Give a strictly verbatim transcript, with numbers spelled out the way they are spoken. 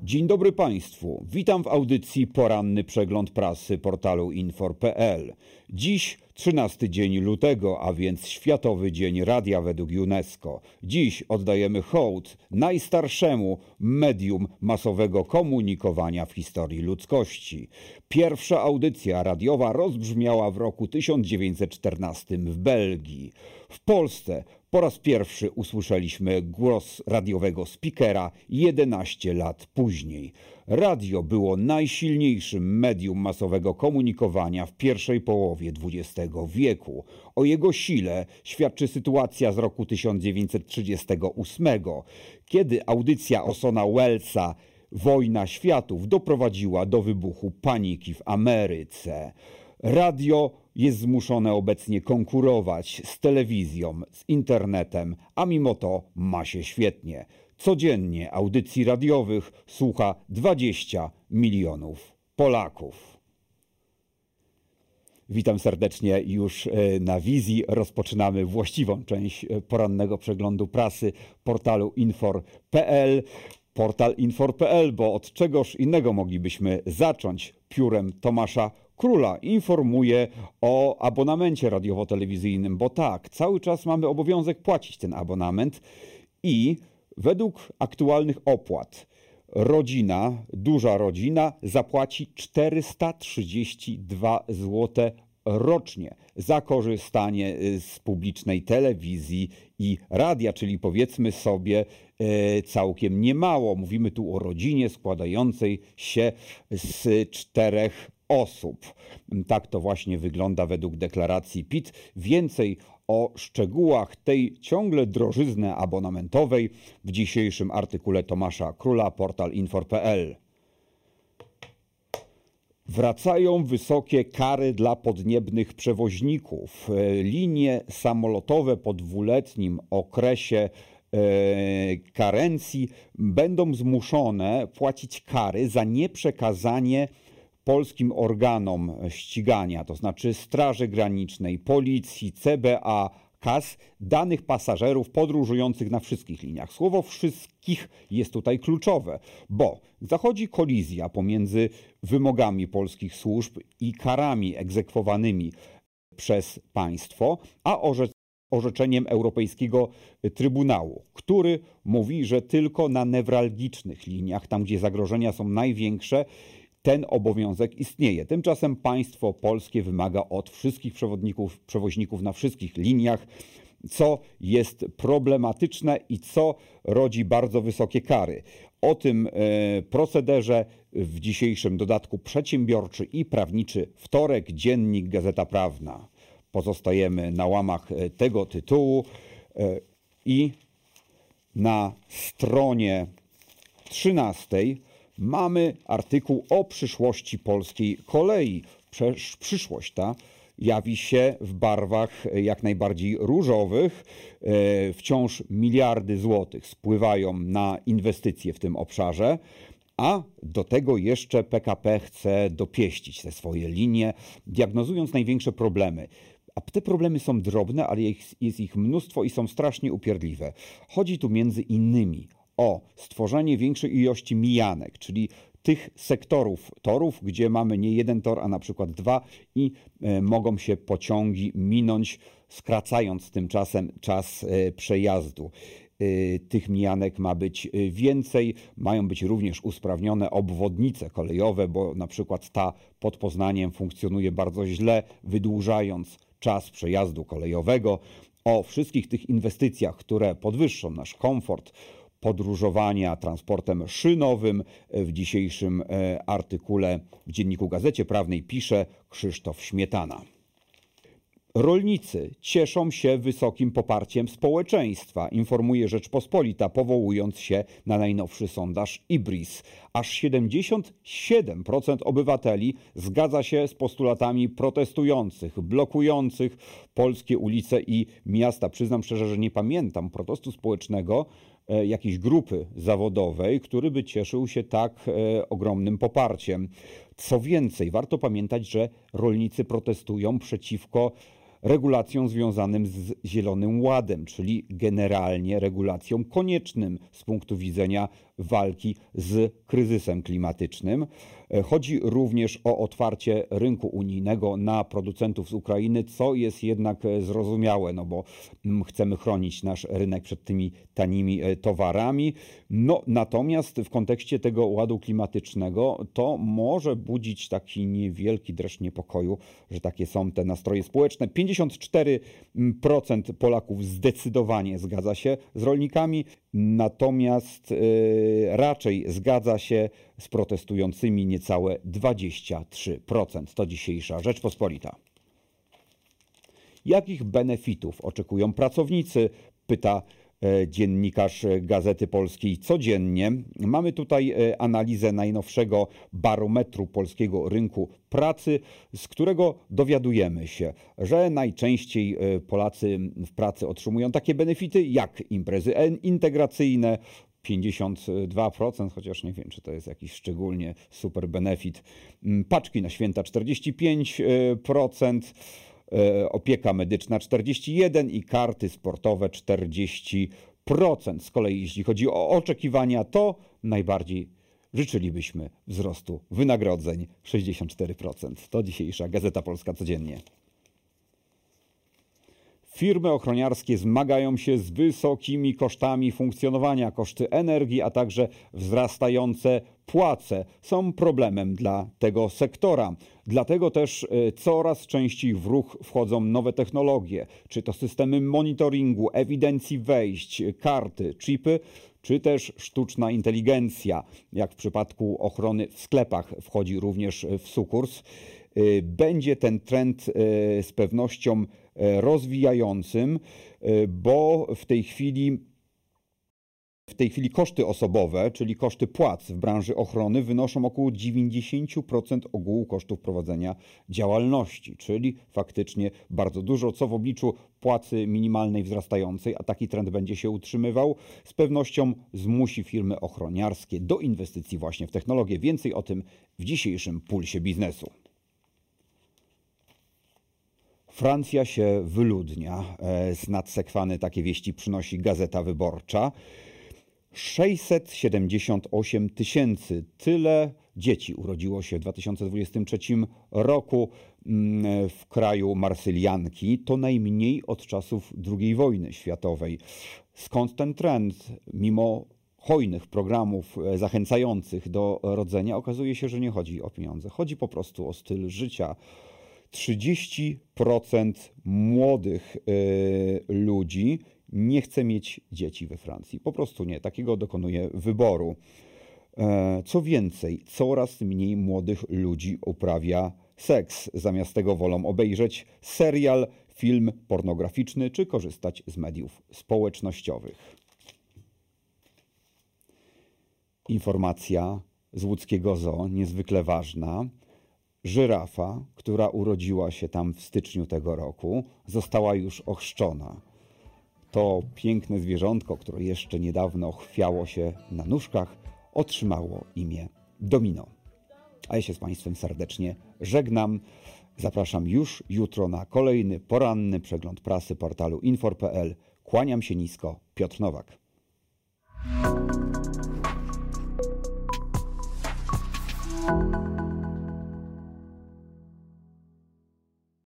Dzień dobry Państwu. Witam w audycji Poranny Przegląd Prasy portalu infor kropka pe el. Dziś trzynasty dzień lutego, a więc Światowy Dzień Radia według UNESCO. Dziś oddajemy hołd najstarszemu medium masowego komunikowania w historii ludzkości. Pierwsza audycja radiowa rozbrzmiała w roku tysiąc dziewięćset czternastym w Belgii. W Polsce po raz pierwszy usłyszeliśmy głos radiowego speakera jedenaście lat później. Radio było najsilniejszym medium masowego komunikowania w pierwszej połowie dwudziestego wieku. O jego sile świadczy sytuacja z roku tysiąc dziewięćset trzydziestego ósmego, kiedy audycja Orsona Wellesa Wojna Światów doprowadziła do wybuchu paniki w Ameryce. Radio jest zmuszone obecnie konkurować z telewizją, z internetem, a mimo to ma się świetnie. Codziennie audycji radiowych słucha dwadzieścia milionów Polaków. Witam serdecznie już na wizji. Rozpoczynamy właściwą część porannego przeglądu prasy portalu infor kropka pe el. Portal infor kropka pe el, bo od czegoż innego moglibyśmy zacząć? Piórem Tomasza Króla informuje o abonamencie radiowo-telewizyjnym, bo tak, cały czas mamy obowiązek płacić ten abonament i według aktualnych opłat rodzina, duża rodzina zapłaci czterysta trzydzieści dwa złote rocznie za korzystanie z publicznej telewizji i radia, czyli powiedzmy sobie całkiem niemało. Mówimy tu o rodzinie składającej się z czterech osób. Tak to właśnie wygląda według deklaracji P I T. Więcej o szczegółach tej ciągle drożyzny abonamentowej w dzisiejszym artykule Tomasza Króla, portal infor kropka pe el. Wracają wysokie kary dla podniebnych przewoźników. Linie samolotowe po dwuletnim okresie karencji będą zmuszone płacić kary za nieprzekazanie polskim organom ścigania, to znaczy Straży Granicznej, Policji, ce be a, ka es, danych pasażerów podróżujących na wszystkich liniach. Słowo wszystkich jest tutaj kluczowe, bo zachodzi kolizja pomiędzy wymogami polskich służb i karami egzekwowanymi przez państwo, a orze orzeczeniem Europejskiego Trybunału, który mówi, że tylko na newralgicznych liniach, tam gdzie zagrożenia są największe, ten obowiązek istnieje. Tymczasem państwo polskie wymaga od wszystkich przewodników, przewoźników na wszystkich liniach, co jest problematyczne i co rodzi bardzo wysokie kary. O tym e, procederze w dzisiejszym dodatku Przedsiębiorczy i Prawniczy Wtorek, Dziennik, Gazeta Prawna. Pozostajemy na łamach tego tytułu e, i na stronie trzynastej mamy artykuł o przyszłości polskiej kolei. Przyszłość ta jawi się w barwach jak najbardziej różowych. Wciąż miliardy złotych spływają na inwestycje w tym obszarze, a do tego jeszcze pe ka pe chce dopieścić te swoje linie, diagnozując największe problemy. A te problemy są drobne, ale jest ich mnóstwo i są strasznie upierdliwe. Chodzi tu między innymi o stworzenie większej ilości mijanek, czyli tych sektorów torów, gdzie mamy nie jeden tor, a na przykład dwa i e, mogą się pociągi minąć, skracając tymczasem czas e, przejazdu. E, tych mijanek ma być więcej, mają być również usprawnione obwodnice kolejowe, bo na przykład ta pod Poznaniem funkcjonuje bardzo źle, wydłużając czas przejazdu kolejowego. O wszystkich tych inwestycjach, które podwyższą nasz komfort podróżowania transportem szynowym w dzisiejszym artykule w Dzienniku Gazecie Prawnej pisze Krzysztof Śmietana. Rolnicy cieszą się wysokim poparciem społeczeństwa, informuje Rzeczpospolita, powołując się na najnowszy sondaż I B R I S. Aż siedemdziesiąt siedem procent obywateli zgadza się z postulatami protestujących, blokujących polskie ulice i miasta. Przyznam szczerze, że nie pamiętam protestu społecznego jakiejś grupy zawodowej, który by cieszył się tak e, ogromnym poparciem. Co więcej, warto pamiętać, że rolnicy protestują przeciwko regulacją związanym z Zielonym Ładem, czyli generalnie regulacją koniecznym z punktu widzenia walki z kryzysem klimatycznym. Chodzi również o otwarcie rynku unijnego na producentów z Ukrainy, co jest jednak zrozumiałe, no bo chcemy chronić nasz rynek przed tymi tanimi towarami. No, natomiast w kontekście tego ładu klimatycznego to może budzić taki niewielki dreszcz niepokoju, że takie są te nastroje społeczne. pięćdziesiąt cztery procent Polaków zdecydowanie zgadza się z rolnikami, natomiast yy, raczej zgadza się z protestującymi niecałe dwadzieścia trzy procent. To dzisiejsza Rzeczpospolita. Jakich benefitów oczekują pracownicy? Pyta dziennikarz Gazety Polskiej codziennie. Mamy tutaj analizę najnowszego barometru polskiego rynku pracy, z którego dowiadujemy się, że najczęściej Polacy w pracy otrzymują takie benefity jak imprezy integracyjne, pięćdziesiąt dwa procent, chociaż nie wiem, czy to jest jakiś szczególnie super benefit. Paczki na święta czterdzieści pięć procent, opieka medyczna czterdzieści jeden procent i karty sportowe czterdzieści procent. Z kolei jeśli chodzi o oczekiwania, to najbardziej życzylibyśmy wzrostu wynagrodzeń sześćdziesiąt cztery procent. To dzisiejsza Gazeta Polska codziennie. Firmy ochroniarskie zmagają się z wysokimi kosztami funkcjonowania. Koszty energii, a także wzrastające płace są problemem dla tego sektora. Dlatego też coraz częściej w ruch wchodzą nowe technologie, czy to systemy monitoringu, ewidencji wejść, karty, chipy, czy też sztuczna inteligencja. Jak w przypadku ochrony w sklepach wchodzi również w sukurs. Będzie ten trend z pewnością rozwijającym, bo w tej chwili w tej chwili koszty osobowe, czyli koszty płac w branży ochrony wynoszą około dziewięćdziesiąt procent ogółu kosztów prowadzenia działalności, czyli faktycznie bardzo dużo, co w obliczu płacy minimalnej wzrastającej, a taki trend będzie się utrzymywał, z pewnością zmusi firmy ochroniarskie do inwestycji właśnie w technologię. Więcej o tym w dzisiejszym Pulsie Biznesu. Francja się wyludnia. Z nadsekwany takie wieści przynosi Gazeta Wyborcza. sześćset siedemdziesiąt osiem tysięcy. Tyle dzieci urodziło się w dwa tysiące dwudziestym trzecim roku w kraju Marsylianki. To najmniej od czasów drugiej wojny światowej. Skąd ten trend? Mimo hojnych programów zachęcających do rodzenia okazuje się, że nie chodzi o pieniądze. Chodzi po prostu o styl życia. trzydzieści procent młodych y, ludzi nie chce mieć dzieci we Francji. Po prostu nie. Takiego dokonuje wyboru. E, co więcej, coraz mniej młodych ludzi uprawia seks. Zamiast tego wolą obejrzeć serial, film pornograficzny czy korzystać z mediów społecznościowych. Informacja z łódzkiego zoo, niezwykle ważna. Żyrafa, która urodziła się tam w styczniu tego roku, została już ochrzczona. To piękne zwierzątko, które jeszcze niedawno chwiało się na nóżkach, otrzymało imię Domino. A ja się z Państwem serdecznie żegnam. Zapraszam już jutro na kolejny poranny przegląd prasy portalu infor kropka p l. Kłaniam się nisko, Piotr Nowak.